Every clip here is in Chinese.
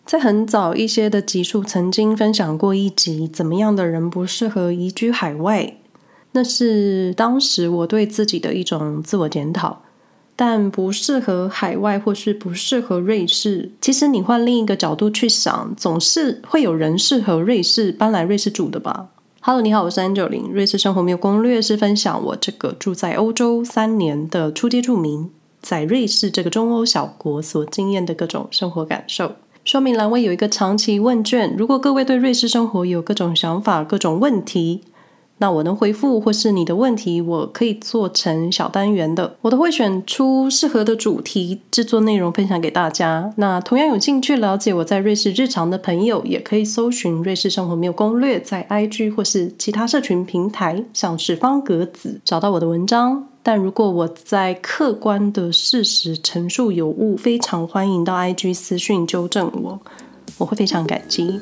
在很早一些的集数曾经分享过一集怎么样的人不适合移居海外，那是当时我对自己的一种自我检讨。但不适合海外或是不适合瑞士，其实你换另一个角度去想，总是会有人适合瑞士搬来瑞士住的吧。Hello， 你好，我是390，瑞士生活没有攻略是分享我这个住在欧洲3年的初阶住民在瑞士这个中欧小国所经验的各种生活感受。说明栏位有一个长期问卷，如果各位对瑞士生活有各种想法、各种问题，那我能回复或是你的问题我可以做成小单元的，我都会选出适合的主题制作内容分享给大家。那同样有兴趣了解我在瑞士日常的朋友也可以搜寻瑞士生活没有攻略，在 IG 或是其他社群平台像是方格子找到我的文章。但如果我在客观的事实陈述有误，非常欢迎到 IG 私讯纠正我会非常感激。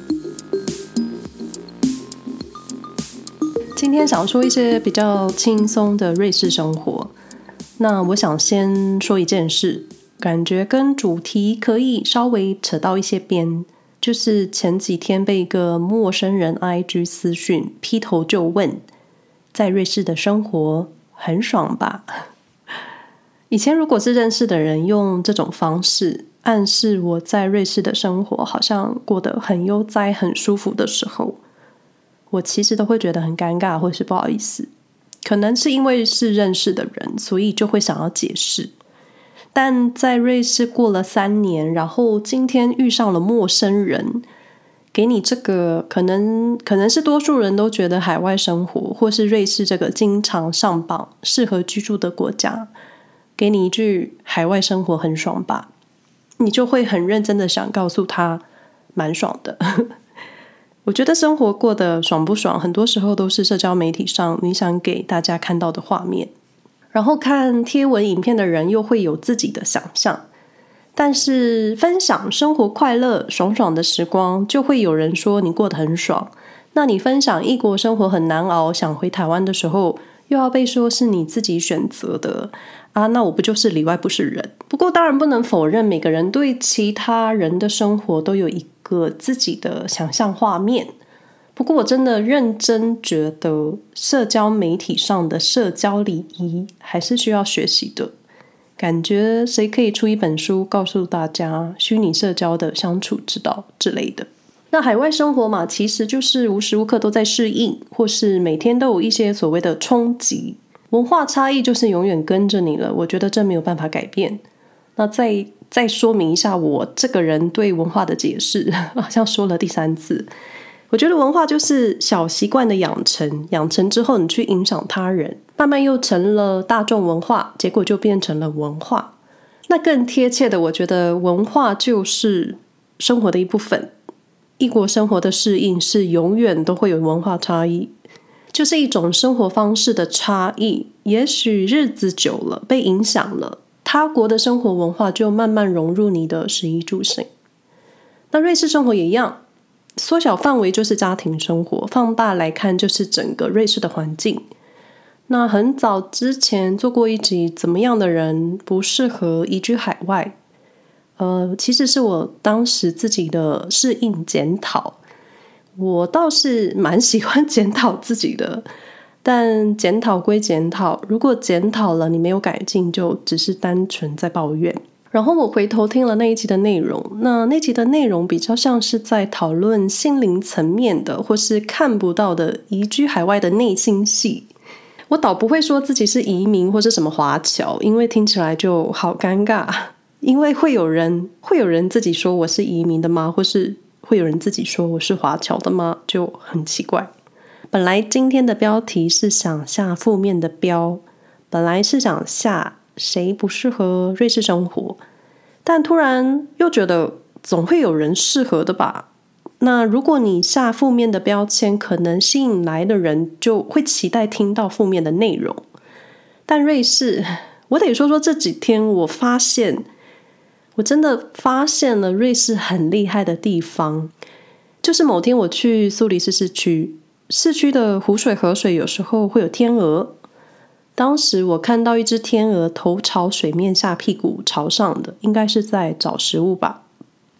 今天想说一些比较轻松的瑞士生活，那我想先说一件事，感觉跟主题可以稍微扯到一些边，就是前几天被一个陌生人 IG 私讯劈头就问，在瑞士的生活很爽吧？以前如果是认识的人用这种方式暗示我在瑞士的生活好像过得很悠哉很舒服的时候，我其实都会觉得很尴尬或是不好意思，可能是因为是认识的人，所以就会想要解释。但在瑞士过了3年，然后今天遇上了陌生人，给你这个可能是多数人都觉得海外生活或是瑞士这个经常上榜适合居住的国家，给你一句海外生活很爽吧，你就会很认真的想告诉他蛮爽的。我觉得生活过得爽不爽，很多时候都是社交媒体上你想给大家看到的画面，然后看贴文影片的人又会有自己的想象，但是分享生活快乐爽爽的时光，就会有人说你过得很爽。那你分享异国生活很难熬，想回台湾的时候，又要被说是你自己选择的啊，那我不就是里外不是人？不过当然不能否认，每个人对其他人的生活都有一个自己的想象画面。不过我真的认真觉得社交媒体上的社交礼仪还是需要学习的，感觉谁可以出一本书告诉大家虚拟社交的相处之道之类的。那海外生活嘛，其实就是无时无刻都在适应，或是每天都有一些所谓的冲击，文化差异就是永远跟着你了，我觉得这没有办法改变。那再说明一下我这个人对文化的解释，好像说了第3次。我觉得文化就是小习惯的养成，养成之后你去影响他人，慢慢又成了大众文化，结果就变成了文化。那更贴切的，我觉得文化就是生活的一部分。异国生活的适应是永远都会有文化差异，就是一种生活方式的差异。也许日子久了被影响了，他国的生活文化就慢慢融入你的食衣住行。那瑞士生活也一样，缩小范围就是家庭生活，放大来看就是整个瑞士的环境。那很早之前做过一集怎么样的人不适合移居海外，其实是我当时自己的适应检讨。我倒是蛮喜欢检讨自己的，但检讨归检讨，如果检讨了你没有改进，就只是单纯在抱怨。然后我回头听了那一集的内容，那集的内容比较像是在讨论心灵层面的或是看不到的移居海外的内心戏。我倒不会说自己是移民或是什么华侨，因为听起来就好尴尬，因为会有人自己说我是移民的吗？或是会有人自己说我是华侨的吗？就很奇怪。本来今天的标题是想下负面的标，本来是想下谁不适合瑞士生活，但突然又觉得总会有人适合的吧。那如果你下负面的标签，可能吸引来的人就会期待听到负面的内容。但瑞士，我得说这几天我真的发现了瑞士很厉害的地方。就是某天我去苏黎世市区的湖水河水有时候会有天鹅，当时我看到一只天鹅头朝水面下，屁股朝上的，应该是在找食物吧。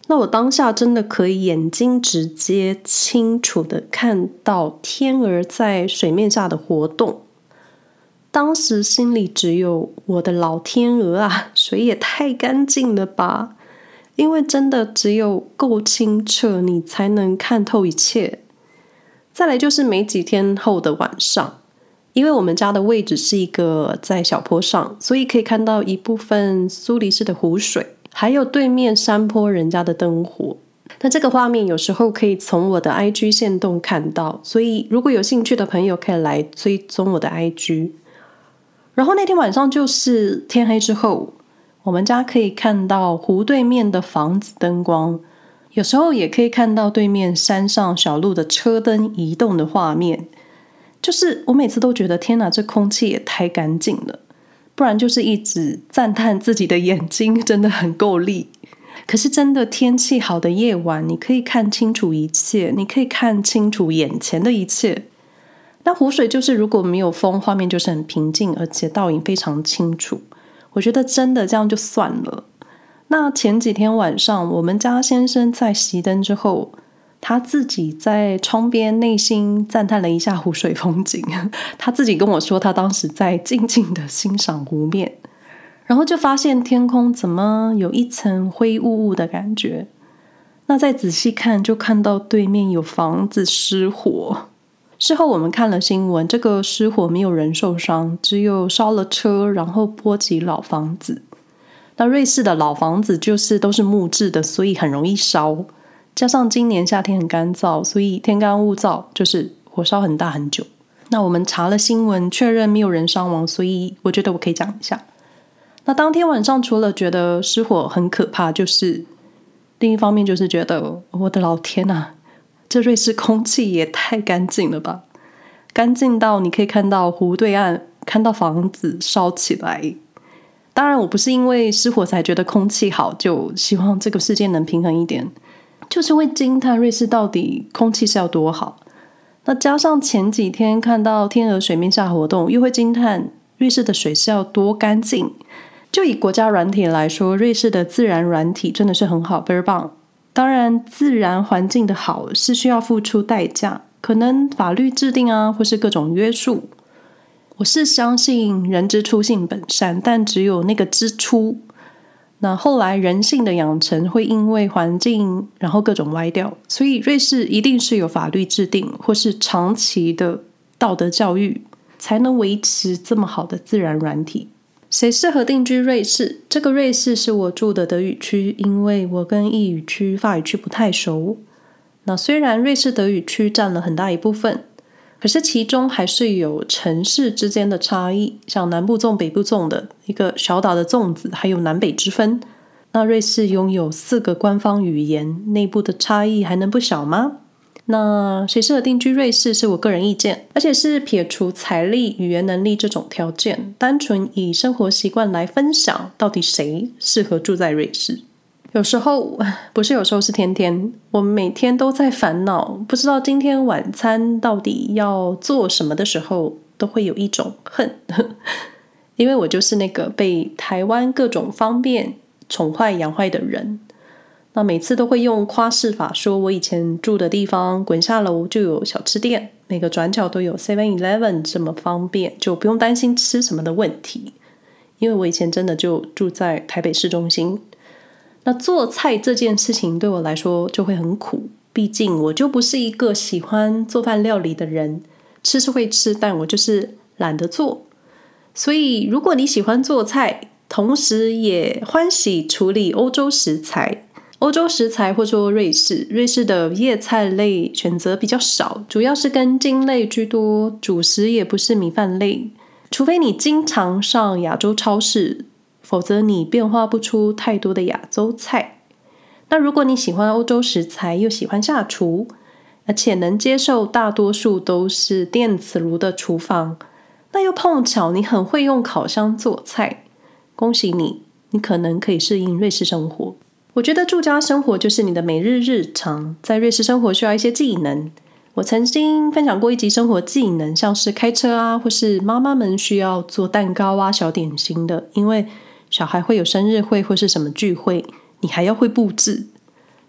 那我当下真的可以眼睛直接清楚的看到天鹅在水面下的活动，当时心里只有我的老天鹅啊，水也太干净了吧，因为真的只有够清澈你才能看透一切。再来就是没几天后的晚上，因为我们家的位置是一个在小坡上，所以可以看到一部分苏黎世的湖水，还有对面山坡人家的灯火。那这个画面有时候可以从我的 IG 限动看到，所以如果有兴趣的朋友可以来追踪我的 IG。 然后那天晚上就是天黑之后，我们家可以看到湖对面的房子灯光，有时候也可以看到对面山上小路的车灯移动的画面。就是我每次都觉得天哪，这空气也太干净了，不然就是一直赞叹自己的眼睛真的很够力。可是真的天气好的夜晚，你可以看清楚一切，你可以看清楚眼前的一切。那湖水就是如果没有风，画面就是很平静，而且倒影非常清楚。我觉得真的这样就算了。那前几天晚上，我们家先生在熄灯之后，他自己在窗边内心赞叹了一下湖水风景。他自己跟我说，他当时在静静的欣赏湖面，然后就发现天空怎么有一层灰雾雾的感觉。那再仔细看，就看到对面有房子失火。事后我们看了新闻，这个失火没有人受伤，只有烧了车，然后波及老房子。那瑞士的老房子就是都是木质的，所以很容易烧，加上今年夏天很干燥，所以天干物燥，就是火烧很大很久。那我们查了新闻，确认没有人伤亡，所以我觉得我可以讲一下。那当天晚上除了觉得失火很可怕，就是另一方面就是觉得我的老天啊，这瑞士空气也太干净了吧，干净到你可以看到湖对岸，看到房子烧起来。当然我不是因为失火才觉得空气好，就希望这个世界能平衡一点，就是会惊叹瑞士到底空气是要多好。那加上前几天看到天鹅水面下活动，又会惊叹瑞士的水是要多干净。就以国家软体来说，瑞士的自然软体真的是很好，倍儿棒。当然自然环境的好是需要付出代价，可能法律制定啊，或是各种约束。我是相信人之初性本善，但只有那个之初，那后来人性的养成会因为环境然后各种歪掉，所以瑞士一定是有法律制定或是长期的道德教育，才能维持这么好的自然软体。谁适合定居瑞士？这个瑞士是我住的德语区，因为我跟意语区、法语区不太熟。那虽然瑞士德语区占了很大一部分，可是其中还是有城市之间的差异，像南部粽、北部粽的一个小岛的粽子，还有南北之分。那瑞士拥有4个官方语言，内部的差异还能不小吗？那谁适合定居瑞士是我个人意见，而且是撇除财力、语言能力这种条件，单纯以生活习惯来分享，到底谁适合住在瑞士。有时候不是，有时候是天天，我每天都在烦恼，不知道今天晚餐到底要做什么的时候，都会有一种恨。因为我就是那个被台湾各种方便宠坏养坏的人。那每次都会用夸饰法说，我以前住的地方滚下楼就有小吃店，每个转角都有 7-Eleven， 这么方便，就不用担心吃什么的问题。因为我以前真的就住在台北市中心。那做菜这件事情对我来说就会很苦，毕竟我就不是一个喜欢做饭料理的人，吃是会吃，但我就是懒得做。所以如果你喜欢做菜，同时也欢喜处理欧洲食材或说瑞士的叶菜类选择比较少，主要是根茎类居多，主食也不是米饭类，除非你经常上亚洲超市，否则你变化不出太多的亚洲菜。那如果你喜欢欧洲食材，又喜欢下厨，而且能接受大多数都是电磁炉的厨房，那又碰巧你很会用烤箱做菜，恭喜你，你可能可以适应瑞士生活。我觉得住家生活就是你的每日日常，在瑞士生活需要一些技能。我曾经分享过一集生活技能，像是开车啊，或是妈妈们需要做蛋糕啊、小点心的，因为小孩会有生日会或是什么聚会，你还要会布置。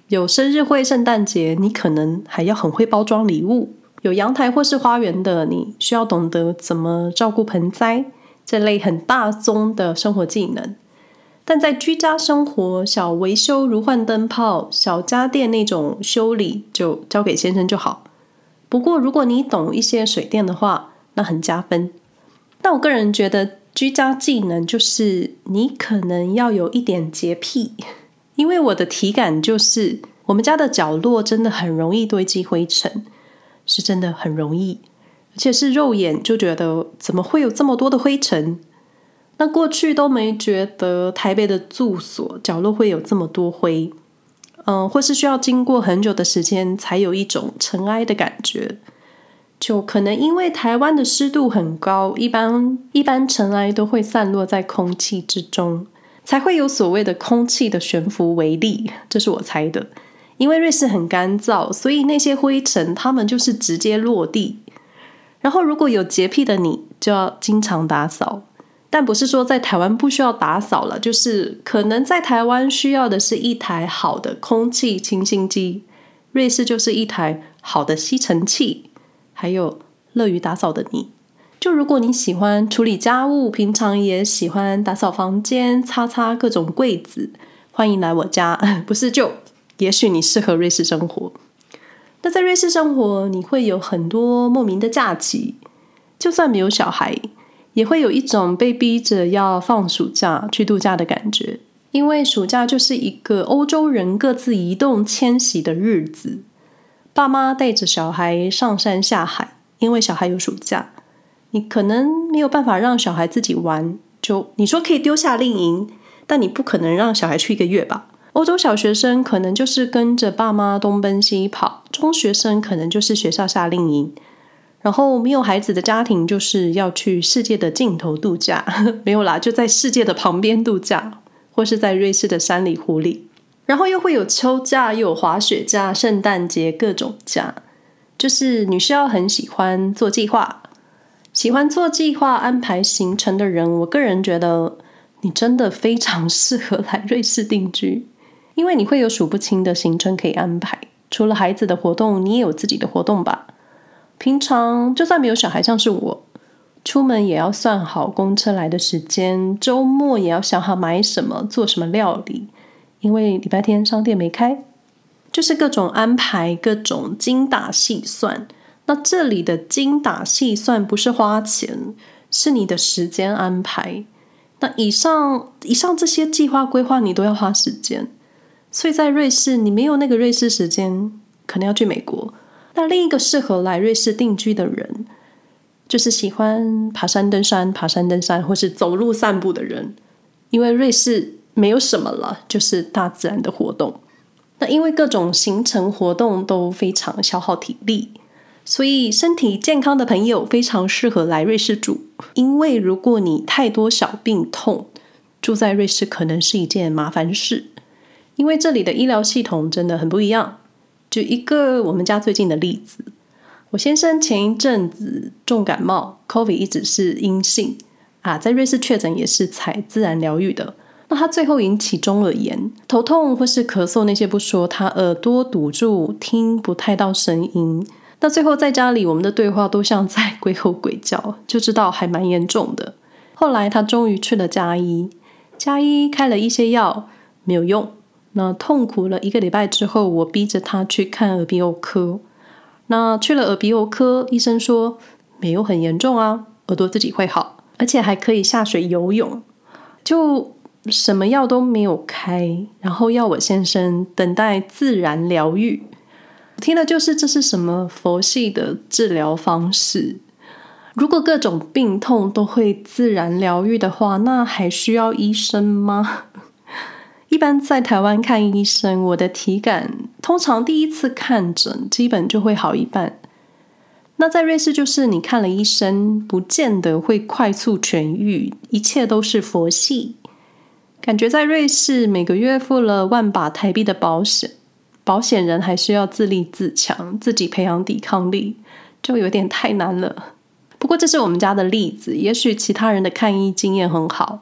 有生日会、圣诞节，你可能还要很会包装礼物。有阳台或是花园的，你需要懂得怎么照顾盆栽，这类很大宗的生活技能。但在居家生活，小维修如换灯泡、小家电那种修理就交给先生就好。不过如果你懂一些水电的话，那很加分。但我个人觉得居家技能就是你可能要有一点洁癖，因为我的体感就是我们家的角落真的很容易堆积灰尘，是真的很容易，而且是肉眼就觉得怎么会有这么多的灰尘。那过去都没觉得台北的住所角落会有这么多灰，或是需要经过很久的时间才有一种尘埃的感觉。就可能因为台湾的湿度很高，一般尘埃都会散落在空气之中，才会有所谓的空气的悬浮微粒，这是我猜的。因为瑞士很干燥，所以那些灰尘它们就是直接落地。然后如果有洁癖的你，就要经常打扫。但不是说在台湾不需要打扫了，就是可能在台湾需要的是一台好的空气清新机，瑞士就是一台好的吸尘器，还有乐于打扫的你。就如果你喜欢处理家务，平常也喜欢打扫房间，擦擦各种柜子，欢迎来我家。不是就也许你适合瑞士生活。那在瑞士生活，你会有很多莫名的假期，就算没有小孩，也会有一种被逼着要放暑假去度假的感觉。因为暑假就是一个欧洲人各自移动迁徙的日子，爸妈带着小孩上山下海，因为小孩有暑假，你可能没有办法让小孩自己玩，就你说可以丢下令营，但你不可能让小孩去1个月吧。欧洲小学生可能就是跟着爸妈东奔西跑，中学生可能就是学校夏令营，然后没有孩子的家庭就是要去世界的尽头度假没有啦，就在世界的旁边度假，或是在瑞士的山里湖里。然后又会有秋假，又有滑雪假、圣诞节，各种假。就是你需要很喜欢做计划，喜欢做计划安排行程的人，我个人觉得你真的非常适合来瑞士定居。因为你会有数不清的行程可以安排，除了孩子的活动，你也有自己的活动吧。平常就算没有小孩，像是我，出门也要算好公车来的时间，周末也要想好买什么，做什么料理，因为礼拜天商店没开。就是各种安排，各种精打细算。那这里的精打细算不是花钱，是你的时间安排。那以上这些计划规划你都要花时间，所以在瑞士你没有那个瑞士时间，可能要去美国。那另一个适合来瑞士定居的人，就是喜欢爬山登山或是走路散步的人。因为瑞士没有什么了，就是大自然的活动。那因为各种行程活动都非常消耗体力，所以身体健康的朋友非常适合来瑞士住。因为如果你太多小病痛，住在瑞士可能是一件麻烦事。因为这里的医疗系统真的很不一样。就一个我们家最近的例子，我先生前一阵子重感冒 COVID 一直是阴性在瑞士确诊也是采自然疗愈的。那他最后引起中耳炎，头痛或是咳嗽那些不说，他耳朵堵住，听不太到声音。那最后在家里我们的对话都像在鬼吼鬼叫，就知道还蛮严重的。后来他终于去了家医开了一些药，没有用。那痛苦了1个礼拜之后，我逼着他去看耳鼻喉科。那去了耳鼻喉科，医生说没有很严重啊，耳朵自己会好，而且还可以下水游泳。就什么药都没有开，然后要我先生等待自然疗愈。听的就是这是什么佛系的治疗方式？如果各种病痛都会自然疗愈的话，那还需要医生吗？一般在台湾看医生，我的体感通常第一次看诊基本就会好一半。那在瑞士就是你看了医生不见得会快速痊愈，一切都是佛系。感觉在瑞士每个月付了10000把台币的保险，保险人还需要自立自强，自己培养抵抗力，就有点太难了。不过这是我们家的例子，也许其他人的看医经验很好，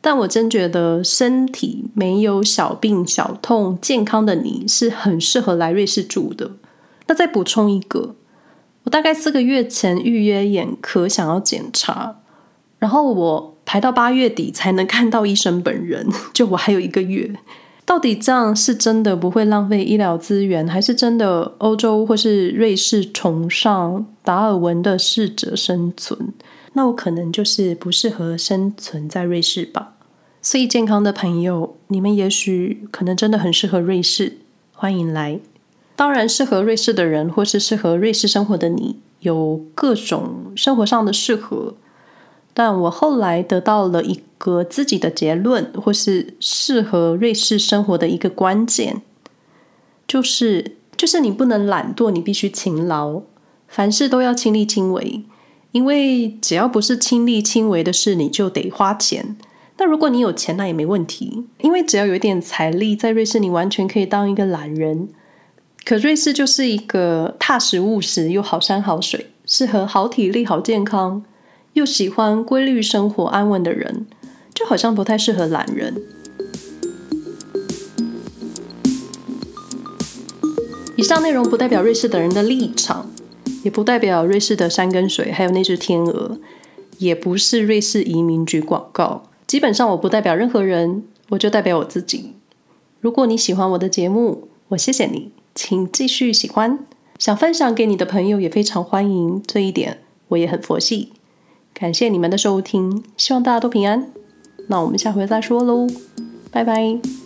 但我真觉得身体没有小病小痛，健康的你是很适合来瑞士住的。那再补充一个，我大概4个月前预约眼科想要检查，然后我排到8月底才能看到医生本人，就我还有1个月。到底这样是真的不会浪费医疗资源，还是真的欧洲或是瑞士崇尚达尔文的适者生存？那我可能就是不适合生存在瑞士吧。所以健康的朋友，你们也许可能真的很适合瑞士，欢迎来。当然适合瑞士的人，或是适合瑞士生活的你，有各种生活上的适合，但我后来得到了一个自己的结论，或是适合瑞士生活的一个关键，就是你不能懒惰，你必须勤劳，凡事都要亲力亲为，因为只要不是亲力亲为的事，你就得花钱。那如果你有钱，那也没问题，因为只要有一点财力，在瑞士你完全可以当一个懒人。可瑞士就是一个踏实务实又好山好水，适合好体力好健康又喜欢规律生活安稳的人，就好像不太适合懒人。以上内容不代表瑞士的人的立场，也不代表瑞士的山跟水还有那只天鹅，也不是瑞士移民局广告。基本上我不代表任何人，我就代表我自己。如果你喜欢我的节目，我谢谢你，请继续喜欢。想分享给你的朋友也非常欢迎，这一点我也很佛系。感谢你们的收听，希望大家都平安。那我们下回再说喽，拜拜。